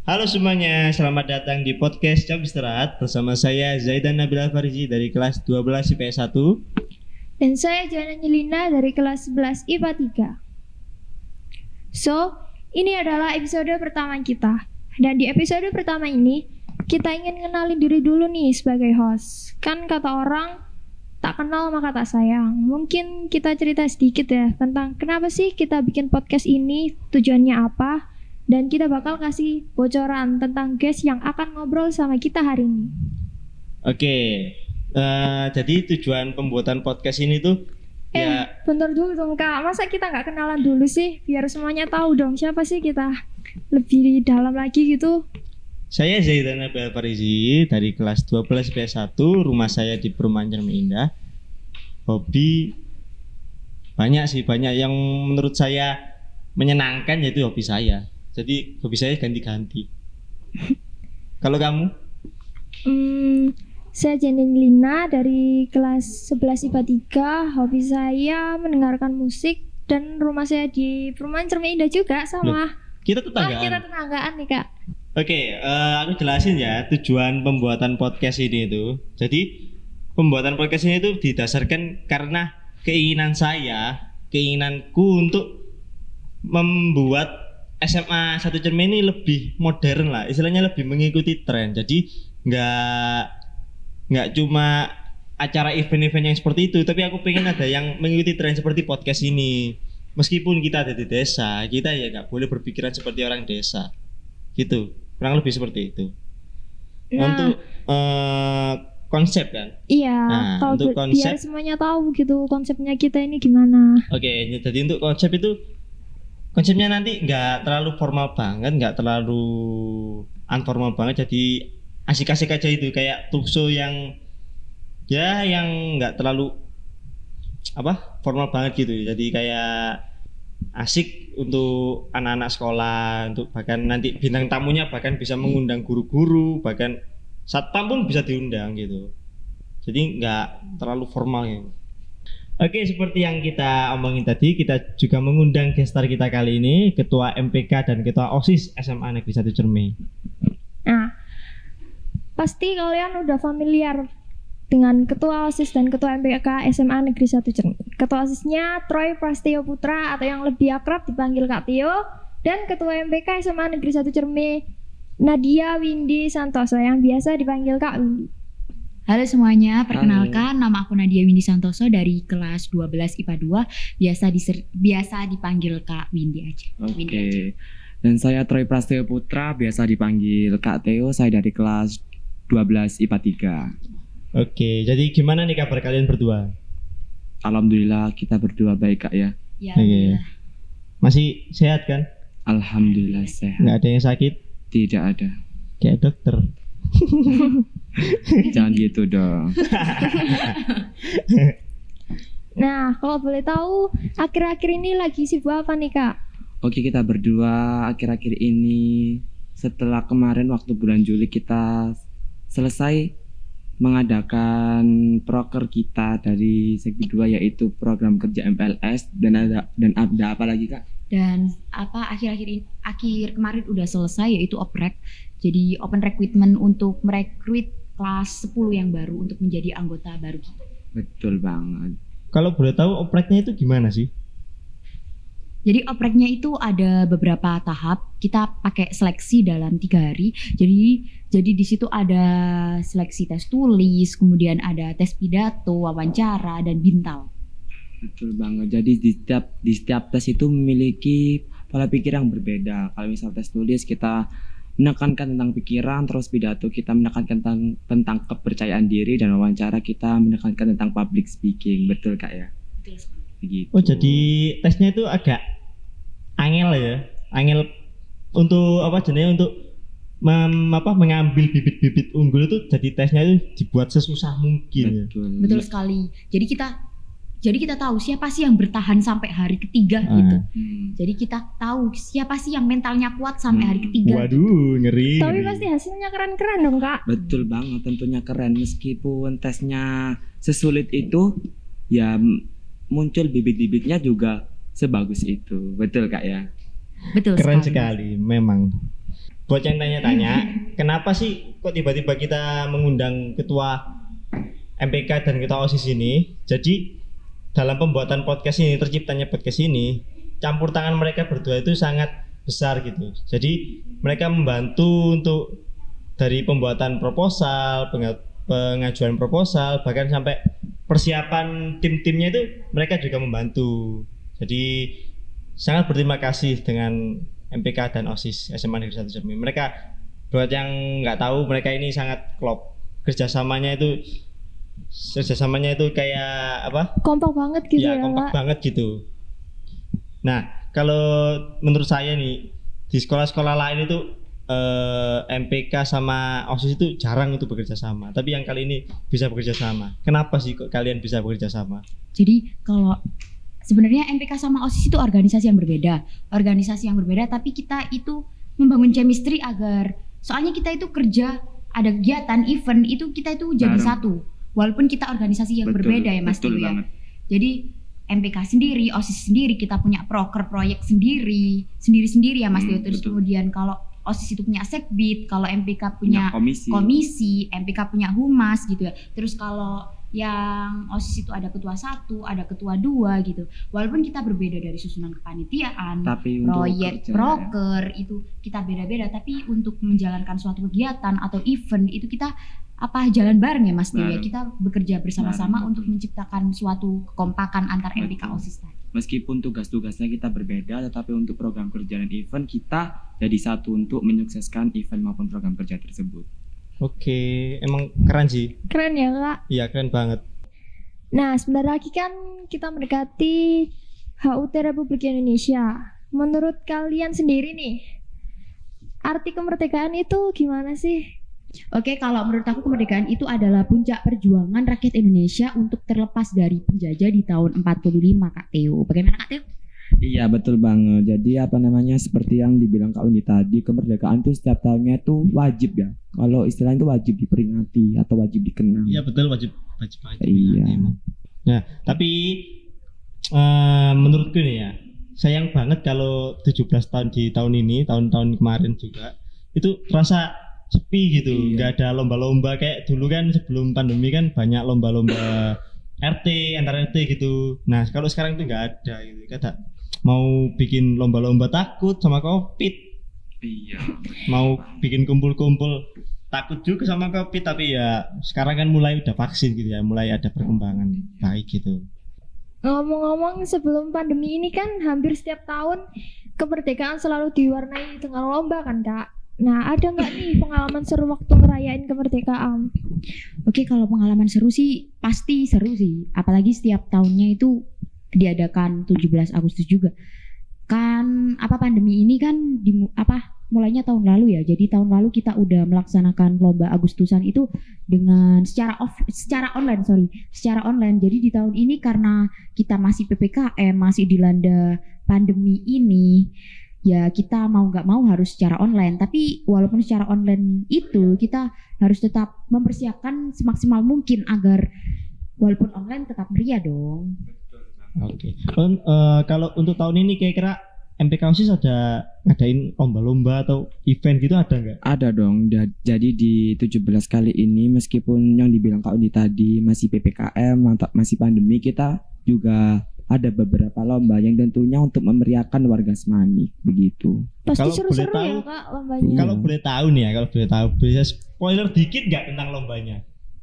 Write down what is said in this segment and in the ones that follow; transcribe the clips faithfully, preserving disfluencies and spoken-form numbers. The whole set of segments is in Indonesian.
Halo semuanya, selamat datang di podcast Jam Istirahat bersama saya Zaidan Nabila Farizi dari kelas dua belas I P S satu. Dan saya Jana Nyelina dari kelas sebelas I P A tiga. So, ini adalah episode pertama kita. Dan di episode pertama ini, kita ingin kenalin diri dulu nih sebagai host. Kan kata orang, tak kenal maka tak sayang. Mungkin kita cerita sedikit ya tentang kenapa sih kita bikin podcast ini, tujuannya apa. Dan kita bakal kasih bocoran tentang guest yang akan ngobrol sama kita hari ini. Oke, uh, jadi tujuan pembuatan podcast ini tuh Eh, ya... bentar dulu dong Kak. Masa kita gak kenalan dulu sih? Biar semuanya tahu dong siapa sih kita lebih dalam lagi gitu. Saya Zaidan Nabila Farizi dari kelas dua belas I P S satu. Rumah saya di Perumahan Cermi Indah. Hobi banyak sih, banyak yang menurut saya menyenangkan, yaitu hobi saya. Jadi hobi saya ganti-ganti. Kalau kamu? Hmm, saya Janin Lina dari kelas sebelas I P A tiga. Hobi saya mendengarkan musik. Dan rumah saya di Perumahan Cermi Indah juga sama. Loh, kita tetanggaan. Oh, kita tetanggaan nih Kak. Oke, uh, aku jelasin ya tujuan pembuatan podcast ini itu. Jadi pembuatan podcast ini itu didasarkan karena keinginan saya, keinginanku untuk membuat S M A satu Cermi ini lebih modern lah, istilahnya lebih mengikuti tren. Jadi nggak nggak cuma acara event-event yang seperti itu, tapi aku pengen ada yang mengikuti tren seperti podcast ini. Meskipun kita ada di desa, kita ya nggak boleh berpikiran seperti orang desa, gitu. Kurang lebih seperti itu. Nah, untuk uh, konsep kan? Iya, Nah, kalau untuk bi- konsep, biar semuanya tahu gitu konsepnya kita ini gimana. Oke, jadi untuk konsep itu konsepnya nanti nggak terlalu formal banget, nggak terlalu unformal banget, jadi asik-asik aja itu, kayak talk show yang ya yang nggak terlalu apa formal banget gitu. Jadi kayak asik untuk anak-anak sekolah, untuk bahkan nanti bintang tamunya bahkan bisa mengundang guru-guru, bahkan satpam pun bisa diundang gitu. Jadi nggak terlalu formal ya. Oke, seperti yang kita omongin tadi, kita juga mengundang gestar kita kali ini, Ketua M P K dan Ketua OSIS S M A Negeri satu Cermi. Nah, pasti kalian udah familiar dengan Ketua OSIS dan Ketua M P K S M A Negeri satu Cermi. Ketua OSISnya Troy Prastio Putra atau yang lebih akrab dipanggil Kak Tio, dan Ketua M P K S M A Negeri satu Cermi Nadia Windy Santoso yang biasa dipanggil Kak Windy. Halo semuanya, perkenalkan Halo. Nama aku Nadia Windy Santoso dari kelas dua belas I P A dua, biasa diser- biasa dipanggil Kak Windy aja. Oke. Windy aja. Dan saya Troy Prastio Putra, biasa dipanggil Kak Theo, saya dari kelas dua belas I P A tiga. Oke, jadi gimana nih kabar kalian berdua? Alhamdulillah kita berdua baik Kak ya. Ya, Oke. Masih sehat kan? Alhamdulillah sehat. Nggak ada yang sakit? Tidak ada. Kayak dokter. Jangan gitu dong. Nah, kalau boleh tahu akhir-akhir ini lagi sibuk apa nih Kak? Oke, kita berdua akhir-akhir ini setelah kemarin waktu bulan Juli kita selesai mengadakan proker kita dari segi dua, yaitu program kerja M P L S, dan ada dan ada apa lagi Kak? Dan apa akhir-akhir ini akhir kemarin udah selesai, yaitu oprek. Jadi open recruitment untuk merekrut kelas sepuluh yang baru untuk menjadi anggota baru kita. Betul banget. Kalau boleh tahu opreknya itu gimana sih? Jadi opreknya itu ada beberapa tahap. Kita pakai seleksi dalam tiga hari. Jadi jadi di situ ada seleksi tes tulis, kemudian ada tes pidato, wawancara, dan bintal. Betul banget. Jadi di setiap di setiap tes itu memiliki pola pikir yang berbeda. Kalau misal tes tulis kita menekankan tentang pikiran, terus pidato kita menekankan tentang tentang kepercayaan diri, dan wawancara kita menekankan tentang public speaking. Betul Kak ya? Betul sekali. Begitu. Oh, jadi tesnya itu agak angel ya, angel untuk apa jenisnya, untuk mem, apa, mengambil bibit-bibit unggul itu. Jadi tesnya itu dibuat sesusah mungkin. Betul. Ya. Betul sekali. Jadi kita jadi kita tahu siapa sih yang bertahan sampai hari ketiga Ah. gitu. Hmm. Jadi kita tahu siapa sih yang mentalnya kuat sampai hari ketiga. Waduh, ngeri. Tapi ngeri. pasti hasilnya keren-keren dong Kak. Betul banget, tentunya keren. Meskipun tesnya sesulit itu, ya muncul bibit-bibitnya juga sebagus itu. Betul Kak ya? Betul Keren sekali. sekali memang. buat yang tanya-tanya, kenapa sih kok tiba-tiba kita mengundang ketua M P K dan ketua OSIS ini? Jadi dalam pembuatan podcast ini, terciptanya podcast ini, campur tangan mereka berdua itu sangat besar gitu. Jadi mereka membantu untuk dari pembuatan proposal, pengajuan proposal, bahkan sampai persiapan tim-timnya itu mereka juga membantu. Jadi sangat berterima kasih dengan M P K dan OSIS S M A Negeri satu Cermi. Mereka buat yang nggak tahu, mereka ini sangat klop. Kerjasamanya itu kerjasamanya itu kayak apa? Kompak banget gitu ya, ya, kompak Kak. banget gitu. Nah, kalau menurut saya nih di sekolah-sekolah lain itu eh, M P K sama OSIS itu jarang untuk bekerja sama. Tapi yang kali ini bisa bekerja sama. Kenapa sih kok kalian bisa bekerja sama? Jadi kalau sebenarnya M P K sama OSIS itu organisasi yang berbeda, organisasi yang berbeda, tapi kita itu membangun chemistry agar, soalnya kita itu kerja, ada kegiatan, event, itu kita itu jadi Bareng. satu, walaupun kita organisasi yang Betul, berbeda ya Mas betul Tio ya. banget. Jadi M P K sendiri, OSIS sendiri, kita punya proker proyek sendiri, sendiri-sendiri ya Mas Hmm, Tio. Terus betul. kemudian kalau OSIS itu punya sekbid, kalau M P K punya komisi. komisi, M P K punya humas gitu ya. Terus kalau yang OSIS itu ada ketua satu, ada ketua dua gitu. Walaupun kita berbeda dari susunan kepanitiaan, Tapi untuk proyek, kerja, proker itu kita beda-beda. Tapi untuk menjalankan suatu kegiatan atau event itu kita apa jalan bareng ya Mas Tio ya. Bareng. Kita bekerja bersama-sama Bareng, untuk menciptakan suatu kekompakan antar M P K Betul. OSIS tadi. Meskipun tugas-tugasnya kita berbeda, tetapi untuk program kerja dan event kita jadi satu untuk menyukseskan event maupun program kerja tersebut. Oke, emang keren sih. Keren ya, Kak. Iya, keren banget. Nah, sebentar lagi kan kita mendekati H U T Republik Indonesia. Menurut kalian sendiri nih, arti kemerdekaan itu gimana sih? Oke, kalau menurut aku kemerdekaan itu adalah puncak perjuangan rakyat Indonesia untuk terlepas dari penjajah di tahun empat puluh lima, Kak Teo. Bagaimana Kak Teo? Iya betul banget. Jadi apa namanya seperti yang dibilang Kak Undi tadi, kemerdekaan itu setiap tahunnya itu wajib ya. Kalau istilahnya itu wajib diperingati atau wajib dikenang. Iya betul, wajib wajib wajib. Iya. Emang. Nah, tapi eh, menurutku nih ya, sayang banget kalau tujuh belas tahun di tahun ini, tahun-tahun kemarin juga itu terasa sepi gitu. Iya. Nggak ada lomba-lomba kayak dulu kan, sebelum pandemi kan banyak lomba-lomba R T antar R T gitu. Nah, kalau sekarang itu nggak ada gitu. Kata mau bikin lomba-lomba takut sama Covid, Iya. mau bikin kumpul-kumpul takut juga sama Covid, tapi ya sekarang kan mulai udah vaksin gitu ya, mulai ada perkembangan baik gitu. Ngomong-ngomong, sebelum pandemi ini kan hampir setiap tahun kemerdekaan selalu diwarnai dengan lomba kan, Kak? Nah, ada nggak nih pengalaman seru waktu ngerayain kemerdekaan? Oke, kalau pengalaman seru sih pasti seru sih. Apalagi setiap tahunnya itu diadakan tujuh belas Agustus juga. Kan apa pandemi ini kan di, apa mulainya tahun lalu ya. Jadi tahun lalu kita udah melaksanakan lomba Agustusan itu dengan secara off secara online, sorry, secara online. Jadi di tahun ini karena kita masih P P K M, masih dilanda pandemi ini, ya kita mau nggak mau harus secara online. Tapi walaupun secara online itu kita harus tetap mempersiapkan semaksimal mungkin agar walaupun online tetap meriah dong. Oke. Okay. Uh, kalau untuk tahun ini kira-kira M P K OSIS ada ngadain lomba-lomba atau event gitu ada nggak? Ada dong. Da- Jadi di tujuh belas kali ini meskipun yang dibilang Kak Undi tadi masih P P K M, mantap masih pandemi, kita juga ada beberapa lomba yang tentunya untuk memeriahkan warga Semanik begitu. Pasti Kalau seru-seru boleh tahu- ya, Kak, lombanya. Iya. Kalau boleh tahu nih ya, kalau boleh tahu bisa spoiler dikit nggak tentang lombanya?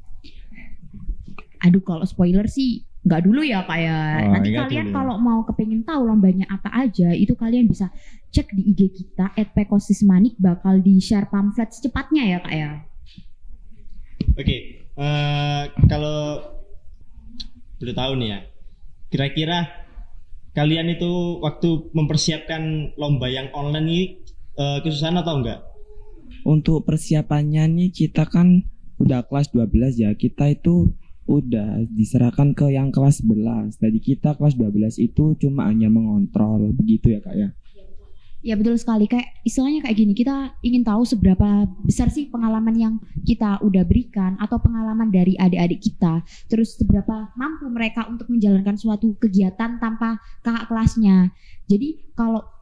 Aduh, kalau spoiler sih nggak dulu ya Kak ya. Oh, Nanti nggak kalian dulu. kalau mau kepengen tahu lombanya apa aja, itu kalian bisa cek di I G kita et pekosismanik, bakal di share pamflet secepatnya ya Kak ya. Oke. eh, kalau boleh tahu nih ya, kira-kira kalian itu waktu mempersiapkan lomba yang online ini eh, kesusahan atau enggak? Untuk persiapannya nih kita kan udah kelas dua belas ya. Kita itu udah diserahkan ke yang kelas sebelas. Jadi kita kelas dua belas itu cuma hanya mengontrol begitu ya Kak ya. Ya betul sekali, kayak istilahnya kayak gini, kita ingin tahu seberapa besar sih pengalaman yang kita udah berikan atau pengalaman dari adik-adik kita, terus seberapa mampu mereka untuk menjalankan suatu kegiatan tanpa kakak kelasnya. Jadi kalau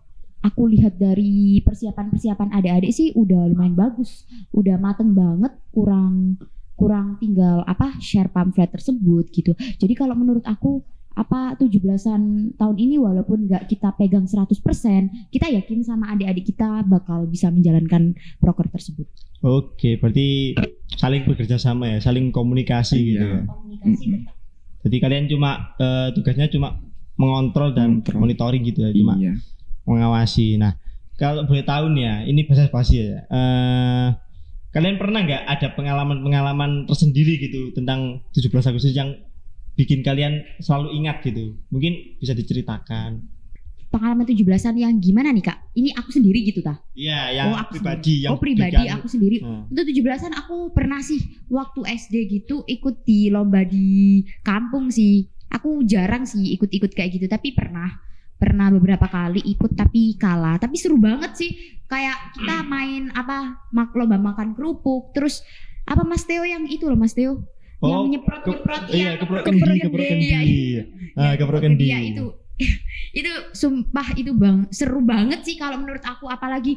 aku lihat dari persiapan-persiapan adik-adik sih udah lumayan bagus, udah mateng banget, kurang kurang tinggal apa share pamflet tersebut gitu. Jadi kalau menurut aku apa tujuh belasan tahun ini walaupun nggak kita pegang seratus persen, kita yakin sama adik-adik kita bakal bisa menjalankan proker tersebut. Oke, berarti saling bekerja sama ya, saling komunikasi gitu ya. Komunikasi Mm-mm. tetap. Jadi kalian cuma eh, tugasnya cuma mengontrol dan Mengontrol. monitoring gitu ya, cuma Iya. mengawasi. Nah, kalau boleh tahu nih ya, ini basa-basi ya. Eh, kalian pernah nggak ada pengalaman-pengalaman tersendiri gitu tentang tujuh belas Agustus yang bikin kalian selalu ingat gitu? Mungkin bisa diceritakan. Pengalaman tujuh belasan yang gimana nih Kak? Ini aku sendiri gitu tah? Iya, yang Oh, aku pribadi, yang oh pribadi bikin- aku sendiri. Nah. Untuk tujuh belasan aku pernah sih waktu S D gitu ikut di lomba di kampung sih. Aku jarang sih ikut-ikut kayak gitu, tapi pernah pernah beberapa kali ikut tapi kalah. Tapi seru banget sih. Kayak kita main apa mak lomba makan kerupuk, terus apa Mas Theo yang itu loh Mas Theo yang Oh, nyeprot-nyeprot ke- iya, keprok kendi, keprok kendi. Iya, Ah, keprok kendi. Iya itu itu sumpah itu bang seru banget sih kalau menurut aku, apalagi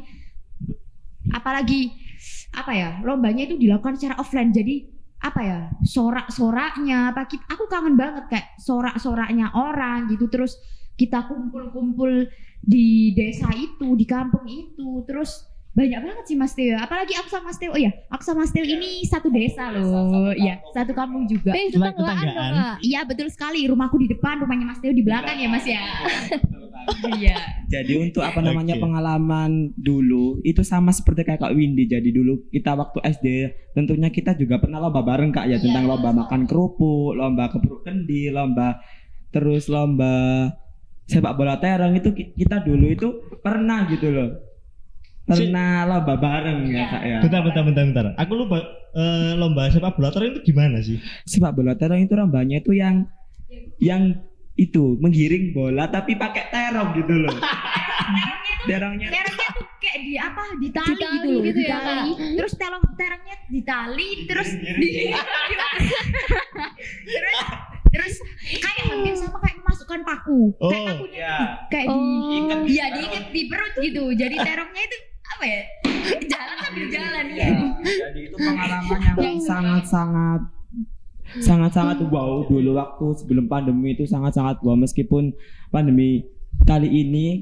apalagi apa ya lombanya itu dilakukan secara offline, jadi apa ya sorak-soraknya apa kita, aku kangen banget kayak sorak-soraknya orang gitu, terus kita kumpul-kumpul di desa itu di kampung itu, terus banyak banget sih Mas Theo, apalagi aku sama Mas Theo. Oh ya, aku sama Mas Theo ini satu desa loh, iya satu kampung juga. Eh, Cuma tetanggaan dong tetanggaan. Kak. Iya betul sekali, rumahku di depan, rumahnya Mas Theo di belakang ya Mas ya. Iya. Jadi untuk apa namanya Oke. pengalaman dulu itu sama seperti kayak Kak Windy. Jadi dulu kita waktu S D tentunya kita juga pernah lomba bareng Kak ya, tentang Iya, lomba betul. makan kerupuk, lomba kepruk kendi, lomba terus lomba sepak bola terong itu ki- kita dulu itu pernah gitu loh. Pernah lomba bareng ya Iya. Kak ya. Bentar, bentar, bentar, bentar. Aku lupa eh, lomba sepak bola terong itu gimana sih? Sepak bola terong itu lombanya itu yang yang itu menggiring bola tapi pakai terong gitu loh. Terongnya Terongnya tuh kayak di apa di tali, Di tali gitu loh, gitu di ya, tali. Terus terong terongnya di tali, terus di, terus terus kayak hampir sama kayak memasukkan paku. Oh, Kayak pakunya ya. kayak Oh. diikat, iya diikat di perut gitu. Jadi terongnya itu apa ya? Jalan sambil jalan Ya, gitu. jadi itu pengalaman yang sangat-sangat sangat-sangat wow dulu waktu sebelum pandemi itu sangat-sangat wow, meskipun pandemi kali ini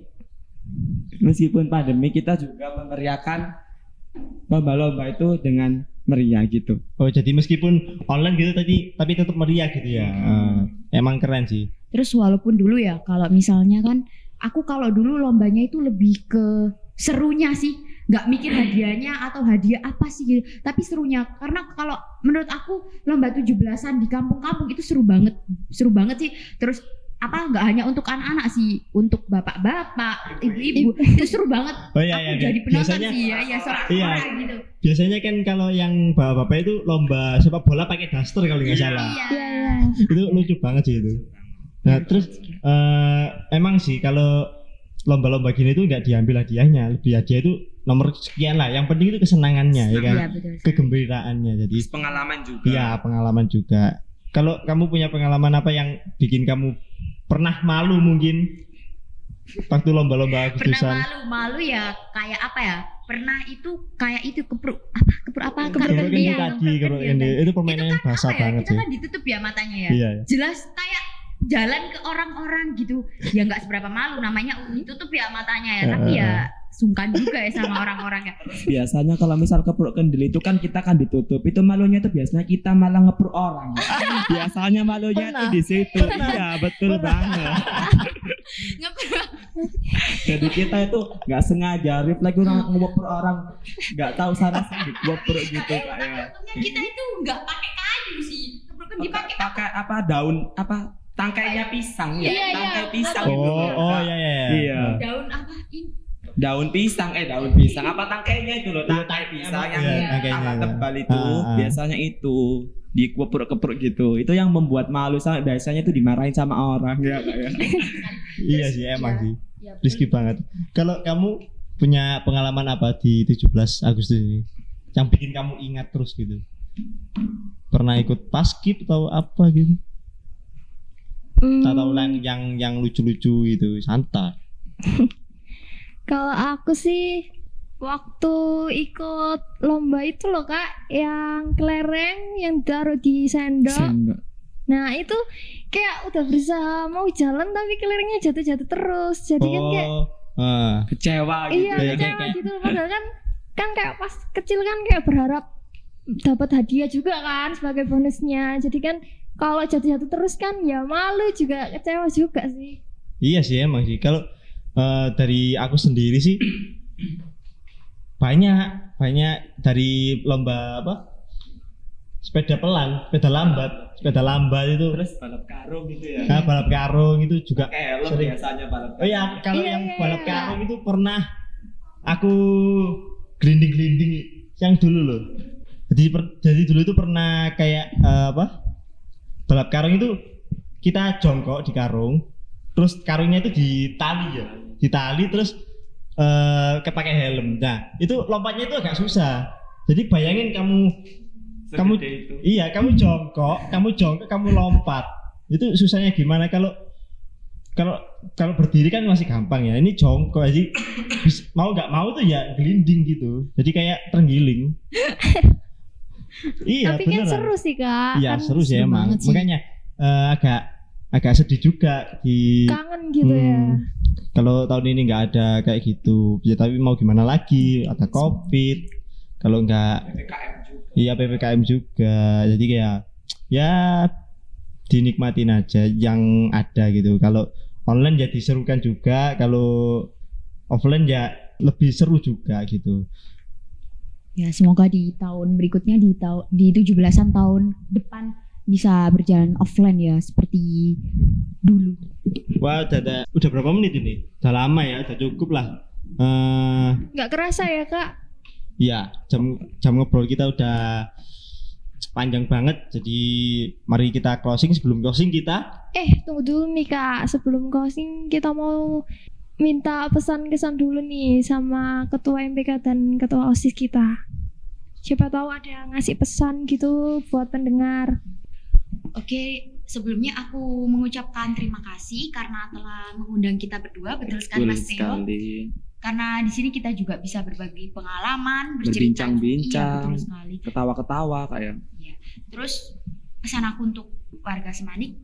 meskipun pandemi kita juga memeriahkan lomba-lomba itu dengan meriah gitu. Oh, jadi meskipun online gitu tadi, tapi tetap meriah gitu ya. Eh, emang keren sih. Terus walaupun dulu ya kalau misalnya kan aku kalau dulu lombanya itu lebih ke serunya sih, nggak mikir hadiahnya atau hadiah apa sih gitu, tapi serunya. Karena kalau menurut aku lomba tujuh belasan di kampung-kampung itu seru banget, seru banget sih. Terus apa nggak hanya untuk anak-anak sih, untuk bapak-bapak, ibu-ibu itu seru banget. Oh iya, Aku iya. jadi penonton Biasanya, sih ya, ya sorak-sorak Iya. gitu. biasanya kan kalau yang bapak-bapak itu lomba sepak bola pakai daster kalau nggak salah. Iya. Iya, iya. Itu lucu banget sih itu. Nah, terus eh, emang sih kalau lomba-lomba gini tuh nggak diambil hadiahnya, lebih hadiah itu nomor sekian lah. Yang penting itu kesenangannya ya kan, Iya betul. sekali. kegembiraannya. Jadi Pengalaman juga. iya pengalaman juga. Kalau kamu punya pengalaman apa yang bikin kamu pernah malu mungkin waktu lomba-lomba Pernah Agustusan? malu, malu ya kayak apa ya? Pernah itu kayak itu kepruk apa kepruk apa Kepruk Keprok kendi kendi ya, tadi, kepruk keprok kendi kendi. ya. Itu permainan Itu yang kan basah apa ya, banget kita sih. kan ditutup ya matanya ya. Iya, iya. Jelas kayak jalan ke orang-orang gitu. Ya nggak seberapa malu, namanya ditutup ya matanya ya. Tapi ya sungkan juga ya sama orang-orang ya. Biasanya kalau misal kepruk kendil itu kan kita kan ditutup. Itu malunya itu biasanya kita malah ngepruk orang. Biasanya malunya itu Pernah. di situ. Iya, betul banget. Ngepruk. Jadi kita itu nggak sengaja refleks orang ngepruk orang, nggak tahu sana sini ngepruk gitu Eh, Kak, tapi ya. untungnya kita itu nggak pakai kayu sih. Kepruk kan dipakai Pakai pakai apa daun apa tangkainya pisang ya, Iya, iya. tangkai pisang Tahu. gitu. Oh, oh ya ya. ya. Iya. daun apa ini. Daun pisang eh daun pisang apa tangkainya itu loh, tangkai pisang yang Iya, Iya. tangkainya. agak tebal itu Ah, ah. biasanya itu dikepruk-kepruk gitu. Itu yang membuat malu, sampai biasanya itu dimarahin sama orang ya Kak, ya. Iya sih emang Iya. sih. Ya, Rizky banget. Kalau kamu punya pengalaman apa di tujuh belas Agustus ini yang bikin kamu ingat terus gitu? Pernah ikut paskib atau apa gitu? Hmm, Atau yang yang yang lucu-lucu itu santai. Kalau aku sih waktu ikut lomba itu loh Kak, yang kelereng yang taruh di sendok. Sendok. Nah itu kayak udah berusaha mau jalan tapi kelerengnya jatuh-jatuh terus. Jadi kan kayak Oh, ah. Kecewa gitu. iya kayak- kecewa kayak- gitu. Padahal kan kan kayak pas kecil kan kayak berharap dapat hadiah juga kan sebagai bonusnya. Jadi kan kalau jatuh-jatuh terus kan ya malu juga, kecewa juga sih. Iya sih emang sih. Kalau eh, dari aku sendiri sih banyak banyak dari lomba apa? Sepeda pelan, sepeda lambat, sepeda lambat itu. Terus balap karung gitu ya. Nah, balap karung itu juga Kayak helm sering. biasanya balap. Oh iya, kalau Iya, yang iya, balap iya. karung itu pernah aku gelinding-gelinding yang dulu loh. Jadi per- jadi dulu itu pernah kayak eh, apa? Balap karung itu kita jongkok di karung, terus karungnya itu ditali ya, ditali terus eh kepakai helm. Nah, itu lompatnya itu agak susah. Jadi bayangin kamu kamu Segede itu. iya kamu jongkok, kamu jongkok, kamu lompat. Itu susahnya gimana kalau kalau kalau berdiri kan masih gampang ya. Ini jongkok jadi bis- mau nggak mau tuh ya gelinding gitu. Jadi kayak terenggiling. Iya, Tapi kan beneran. seru sih Kak. Iya, Kan seru sih seru emang. banget sih. Makanya eh, agak agak sedih juga di kangen gitu ya. Hmm, kalau tahun ini nggak ada kayak gitu. Ya tapi mau gimana lagi? Ada Covid. Kalau nggak P K M juga. iya P P K M juga. Jadi kayak ya dinikmatin aja yang ada gitu. Kalau online ya diserukan juga, kalau offline ya lebih seru juga gitu. Ya semoga di tahun berikutnya di tahun di tujuh belasan tahun depan bisa berjalan offline ya seperti dulu. Wah, udah, ada- udah berapa menit ini? Udah lama ya, udah cukup lah. Eh, Nggak kerasa ya Kak. ya jam jam ngobrol kita udah panjang banget. Jadi mari kita closing. Sebelum closing kita Eh tunggu dulu nih Kak. Sebelum closing kita mau minta pesan-kesan dulu nih sama ketua M P K dan ketua OSIS kita. Siapa tahu ada yang ngasih pesan gitu buat pendengar. Oke, sebelumnya aku mengucapkan terima kasih karena telah mengundang kita berdua. Betul sekali Betul Mas Theo. sekali. Karena di sini kita juga bisa berbagi pengalaman, bercerita. Berbincang-bincang. Iya, betul sekali. Ketawa-ketawa kayak. Terus pesan aku untuk warga Semanik,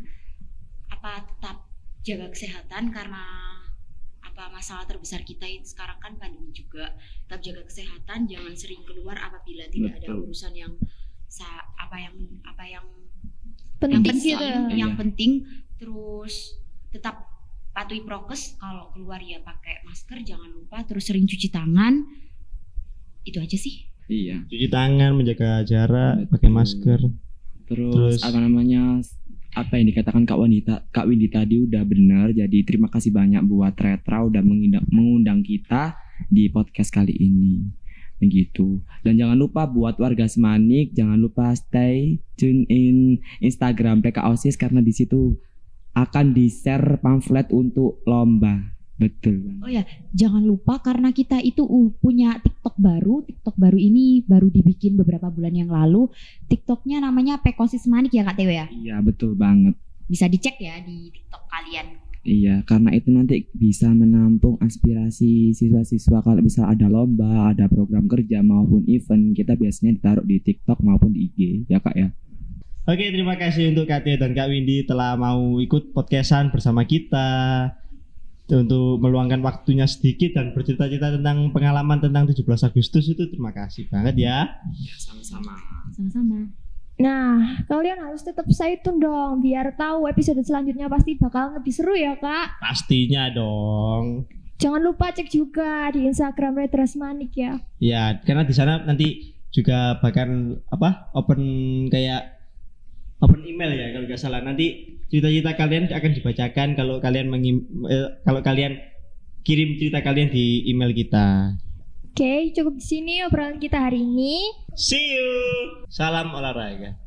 apa tetap jaga kesehatan karena apa masalah terbesar kita ini sekarang kan pandemi juga. Tetap jaga kesehatan, jangan sering keluar apabila tidak ada Betul. urusan yang sa- apa yang apa yang Penting, yang penting, gitu. yang Iya. penting. Terus tetap patuhi prokes, kalau keluar ya pakai masker, jangan lupa, terus sering cuci tangan. Itu aja sih. Iya. cuci tangan, menjaga jarak, pakai Betul. masker. Terus, Terus- apa namanya? Apa yang dikatakan Kak Wanita, Kak Windy tadi udah benar. Jadi terima kasih banyak buat Retra udah mengundang, mengundang kita di podcast kali ini. Begitu. Dan jangan lupa buat warga Semanik, jangan lupa stay tune in Instagram P K OSIS karena di situ akan di-share pamflet untuk lomba. Betul Bang. Oh ya, jangan lupa karena kita itu uh, punya TikTok baru. TikTok baru ini baru dibikin beberapa bulan yang lalu. TikToknya namanya Pekosis Manik ya Kak Teo ya. Iya, betul banget. Bisa dicek ya di TikTok kalian. Iya, karena itu nanti bisa menampung aspirasi siswa-siswa kalau bisa ada lomba, ada program kerja maupun event, kita biasanya ditaruh di TikTok maupun di I G, ya Kak ya. Oke, terima kasih untuk Kak Tio dan Kak Windy telah mau ikut podcastan bersama kita untuk meluangkan waktunya sedikit dan bercerita-cerita tentang pengalaman tentang tujuh belas Agustus itu. Terima kasih banget ya. Ya, sama-sama. Sama-sama. Nah, kalian harus tetap stay tune dong biar tahu episode selanjutnya pasti bakal lebih seru ya Kak. Pastinya dong. Jangan lupa cek juga di Instagram Retras Manik ya. Ya, karena di sana nanti juga bahkan apa? Open kayak open email ya kalau nggak salah. Nanti cerita-cerita kalian akan dibacakan kalau kalian mengim, eh, kalau kalian kirim cerita kalian di email kita. Oke, cukup di sini obrolan kita hari ini. See you. Salam olahraga.